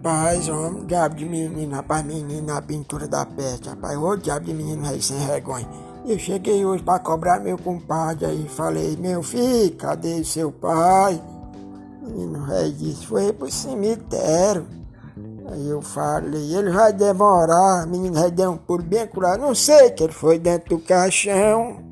Rapaz, homem, diabo de menino, rapaz, menino na pintura da peste, rapaz, ô diabo de menino aí sem vergonha. Eu cheguei hoje pra cobrar meu compadre aí, falei, meu filho, cadê seu pai? O menino velho disse, foi pro cemitério. Aí eu falei, ele vai demorar, o menino vai dar um pulo bem curado, não sei que ele foi dentro do caixão.